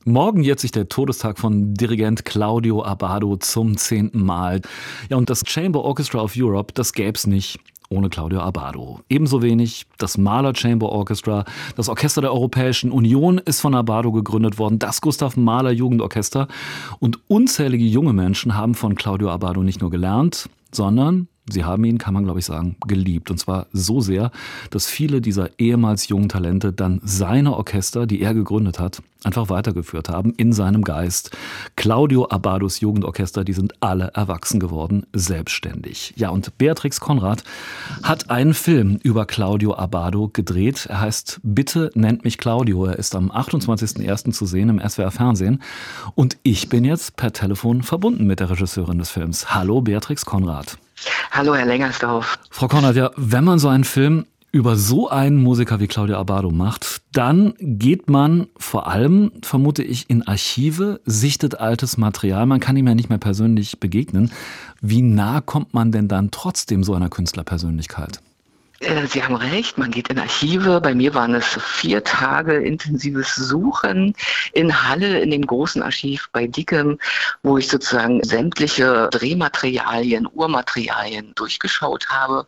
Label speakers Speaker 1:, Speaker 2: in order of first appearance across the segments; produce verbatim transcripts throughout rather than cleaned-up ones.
Speaker 1: Morgen jährt sich der Todestag von Dirigent Claudio Abbado zum zehnten Mal. Ja, und das Chamber Orchestra of Europe, das gäb's nicht ohne Claudio Abbado. Ebenso wenig das Mahler Chamber Orchestra. Das Orchester der Europäischen Union ist von Abbado gegründet worden, das Gustav Mahler Jugendorchester. Und unzählige junge Menschen haben von Claudio Abbado nicht nur gelernt, sondern sie haben ihn, kann man glaube ich sagen, geliebt. Und zwar so sehr, dass viele dieser ehemals jungen Talente dann seine Orchester, die er gegründet hat, einfach weitergeführt haben in seinem Geist. Claudio Abbados Jugendorchester, die sind alle erwachsen geworden, selbstständig. Ja, und Beatrix Konrad hat einen Film über Claudio Abbado gedreht. Er heißt Bitte nennt mich Claudio. Er ist am achtundzwanzigsten ersten zu sehen im S W R Fernsehen. Und ich bin jetzt per Telefon verbunden mit der Regisseurin des Films. Hallo Beatrix Konrad.
Speaker 2: Hallo, Herr Lengersdorf.
Speaker 1: Frau Konrad, ja, wenn man so einen Film über so einen Musiker wie Claudio Abbado macht, dann geht man vor allem, vermute ich, in Archive, sichtet altes Material. Man kann ihm ja nicht mehr persönlich begegnen. Wie nah kommt man denn dann trotzdem so einer Künstlerpersönlichkeit?
Speaker 2: Sie haben recht, man geht in Archive. Bei mir waren es vier Tage intensives Suchen in Halle, in dem großen Archiv bei Dickem, wo ich sozusagen sämtliche Drehmaterialien, Urmaterialien durchgeschaut habe.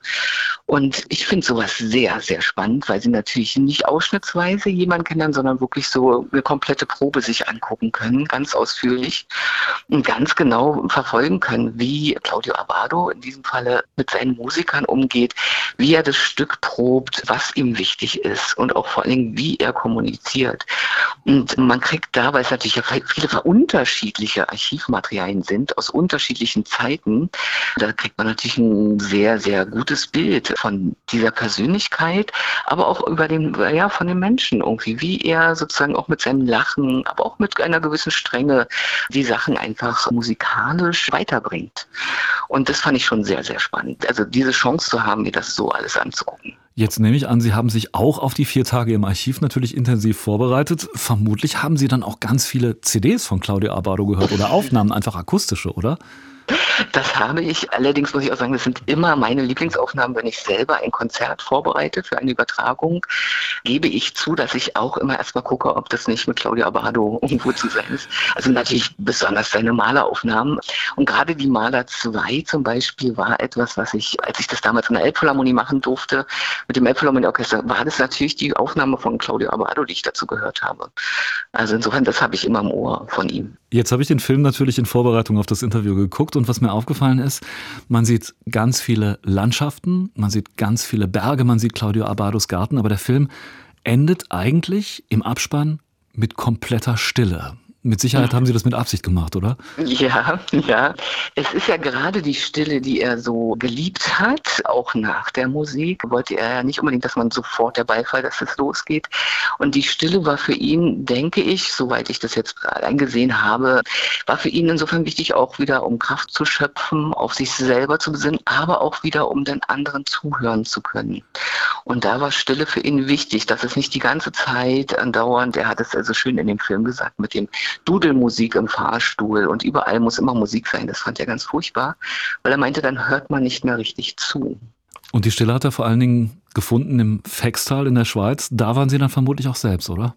Speaker 2: Und ich finde sowas sehr, sehr spannend, weil Sie natürlich nicht ausschnittsweise jemanden kennenlernen, sondern wirklich so eine komplette Probe sich angucken können, ganz ausführlich und ganz genau verfolgen können, wie Claudio Abbado in diesem Falle mit seinen Musikern umgeht, wie er das Stück probt, was ihm wichtig ist und auch vor allen Dingen, wie er kommuniziert. Und man kriegt da, weil es natürlich ja viele unterschiedliche Archivmaterialien sind, aus unterschiedlichen Zeiten, da kriegt man natürlich ein sehr, sehr gutes Bild von dieser Persönlichkeit, aber auch über den, ja, von den Menschen irgendwie, wie er sozusagen auch mit seinem Lachen, aber auch mit einer gewissen Strenge die Sachen einfach musikalisch weiterbringt. Und das fand ich schon sehr, sehr spannend. Also diese Chance zu haben, mir das so alles anzugucken.
Speaker 1: Jetzt nehme ich an, Sie haben sich auch auf die vier Tage im Archiv natürlich intensiv vorbereitet. Vermutlich haben Sie dann auch ganz viele C Ds von Claudio Abbado gehört oder Aufnahmen, einfach akustische, oder?
Speaker 2: Das habe ich. Allerdings muss ich auch sagen, das sind immer meine Lieblingsaufnahmen, wenn ich selber ein Konzert vorbereite für eine Übertragung, gebe ich zu, dass ich auch immer erstmal gucke, ob das nicht mit Claudio Abbado irgendwo zu sein ist. Also natürlich besonders seine Maleraufnahmen. Und gerade die Maler zwei zum Beispiel war etwas, was ich, als ich das damals in der Elbphilharmonie machen durfte, mit dem Elbphilharmonieorchester, war das natürlich die Aufnahme von Claudio Abbado, die ich dazu gehört habe. Also insofern, das habe ich immer im Ohr von ihm.
Speaker 1: Jetzt habe ich den Film natürlich in Vorbereitung auf das Interview geguckt und was mir aufgefallen ist, man sieht ganz viele Landschaften, man sieht ganz viele Berge, man sieht Claudio Abbados Garten, aber der Film endet eigentlich im Abspann mit kompletter Stille. Mit Sicherheit haben Sie das mit Absicht gemacht, oder?
Speaker 2: Ja, ja. Es ist ja gerade die Stille, die er so geliebt hat, auch nach der Musik. Wollte er ja nicht unbedingt, dass man sofort der Beifall, dass es losgeht. Und die Stille war für ihn, denke ich, soweit ich das jetzt eingesehen habe, war für ihn insofern wichtig, auch wieder um Kraft zu schöpfen, auf sich selber zu besinnen, aber auch wieder, um den anderen zuhören zu können. Und da war Stille für ihn wichtig, dass es nicht die ganze Zeit andauernd, er hat es also schön in dem Film gesagt, mit dem Dudelmusik im Fahrstuhl und überall muss immer Musik sein. Das fand er ganz furchtbar, weil er meinte, dann hört man nicht mehr richtig zu.
Speaker 1: Und die Stille hat er vor allen Dingen gefunden im Fextal in der Schweiz. Da waren Sie dann vermutlich auch selbst, oder?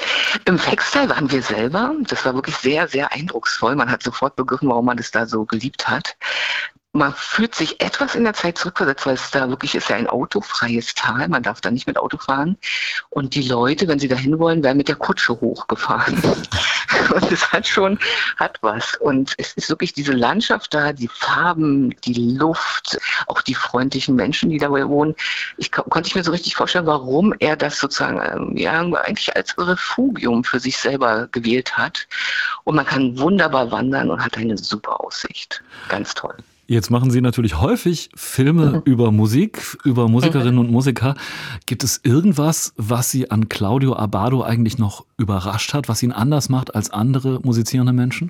Speaker 2: Im Fextal waren wir selber. Das war wirklich sehr, sehr eindrucksvoll. Man hat sofort begriffen, warum man das da so geliebt hat. Man fühlt sich etwas in der Zeit zurückversetzt, weil es da wirklich ist ja ein autofreies Tal. Man darf da nicht mit Auto fahren. Und die Leute, wenn sie da hin wollen, werden mit der Kutsche hochgefahren. Und es hat schon, hat was. Und es ist wirklich diese Landschaft da, die Farben, die Luft, auch die freundlichen Menschen, die da wohnen. Ich konnte ich mir so richtig vorstellen, warum er das sozusagen, ja, eigentlich als Refugium für sich selber gewählt hat. Und man kann wunderbar wandern und hat eine super Aussicht. Ganz toll.
Speaker 1: Jetzt machen Sie natürlich häufig Filme mhm. über Musik, über Musikerinnen mhm. und Musiker. Gibt es irgendwas, was Sie an Claudio Abbado eigentlich noch überrascht hat, was ihn anders macht als andere musizierende Menschen?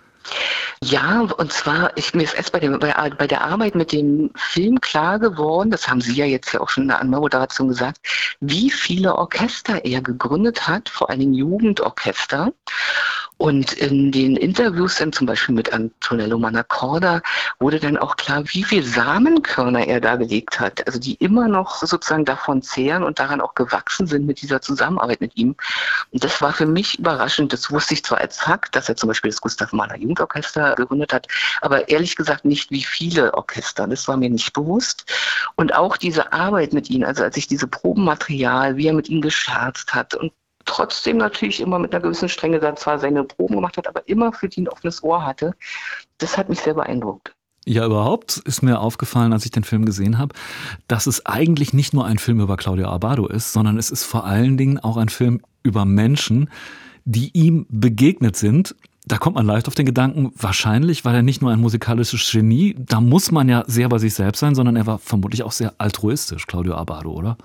Speaker 2: Ja, und zwar, ich, mir ist erst bei, dem, bei, bei der Arbeit mit dem Film klar geworden, das haben Sie ja jetzt ja auch schon in der Anmoderation gesagt, wie viele Orchester er gegründet hat, vor allen Dingen Jugendorchester. Und in den Interviews dann zum Beispiel mit Antonello Manacorda wurde dann auch klar, wie viel Samenkörner er da gelegt hat, also die immer noch sozusagen davon zehren und daran auch gewachsen sind mit dieser Zusammenarbeit mit ihm. Und das war für mich überraschend. Das wusste ich zwar als Fakt, dass er zum Beispiel das Gustav Mahler Jugendorchester gegründet hat, aber ehrlich gesagt nicht, wie viele Orchester. Das war mir nicht bewusst. Und auch diese Arbeit mit ihm, also als ich diese Probenmaterial, wie er mit ihm gescherzt hat und trotzdem natürlich immer mit einer gewissen Strenge da zwar seine Proben gemacht hat, aber immer für die ein offenes Ohr hatte. Das hat mich sehr beeindruckt.
Speaker 1: Ja, überhaupt ist mir aufgefallen, als ich den Film gesehen habe, dass es eigentlich nicht nur ein Film über Claudio Abbado ist, sondern es ist vor allen Dingen auch ein Film über Menschen, die ihm begegnet sind. Da kommt man leicht auf den Gedanken, wahrscheinlich war er nicht nur ein musikalisches Genie, da muss man ja sehr bei sich selbst sein, sondern er war vermutlich auch sehr altruistisch, Claudio Abbado, oder?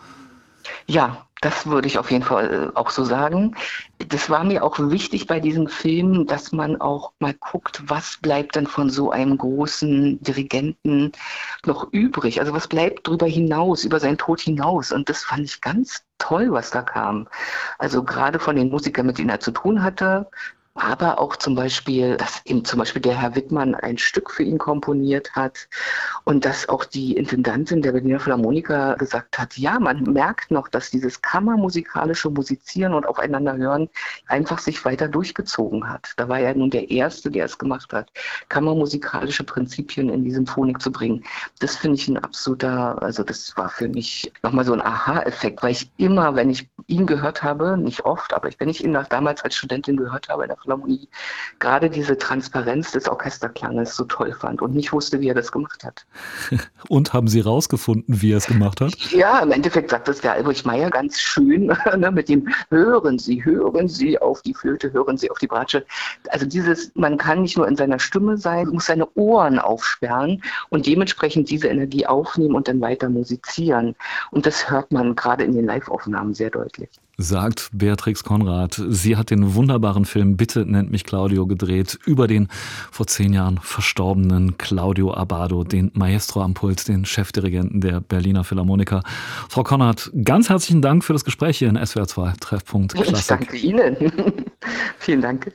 Speaker 2: Ja, das würde ich auf jeden Fall auch so sagen. Das war mir auch wichtig bei diesem Film, dass man auch mal guckt, was bleibt denn von so einem großen Dirigenten noch übrig? Also was bleibt darüber hinaus, über seinen Tod hinaus? Und das fand ich ganz toll, was da kam. Also gerade von den Musikern, mit denen er zu tun hatte, aber auch zum Beispiel, dass eben zum Beispiel der Herr Wittmann ein Stück für ihn komponiert hat und dass auch die Intendantin der Berliner Philharmoniker gesagt hat, ja, man merkt noch, dass dieses kammermusikalische Musizieren und Aufeinander hören einfach sich weiter durchgezogen hat. Da war er nun der Erste, der es gemacht hat, kammermusikalische Prinzipien in die Symphonik zu bringen. Das finde ich ein absoluter, also das war für mich nochmal so ein Aha-Effekt, weil ich immer, wenn ich ihn gehört habe, nicht oft, aber wenn ich ihn damals als Studentin gehört habe in der Philharmonie, gerade diese Transparenz des Orchesterklanges so toll fand und nicht wusste, wie er das gemacht hat.
Speaker 1: Und haben Sie rausgefunden, wie er es gemacht hat?
Speaker 2: Ja, im Endeffekt sagt das der Albrecht Meyer ganz schön, ne, mit dem hören Sie, hören Sie auf die Flöte, hören Sie auf die Bratsche. Also dieses, man kann nicht nur in seiner Stimme sein, man muss seine Ohren aufsperren und dementsprechend diese Energie aufnehmen und dann weiter musizieren. Und das hört man gerade in den Live-Aufnahmen sehr deutlich.
Speaker 1: Sagt Beatrix Konrad. Sie hat den wunderbaren Film Bitte nennt mich Claudio gedreht über den vor zehn Jahren verstorbenen Claudio Abbado, den Maestro am Pult, den Chefdirigenten der Berliner Philharmoniker. Frau Konrad, ganz herzlichen Dank für das Gespräch hier in S W R zwei Treffpunkt Klassik.
Speaker 2: Ich danke Ihnen. Vielen Dank.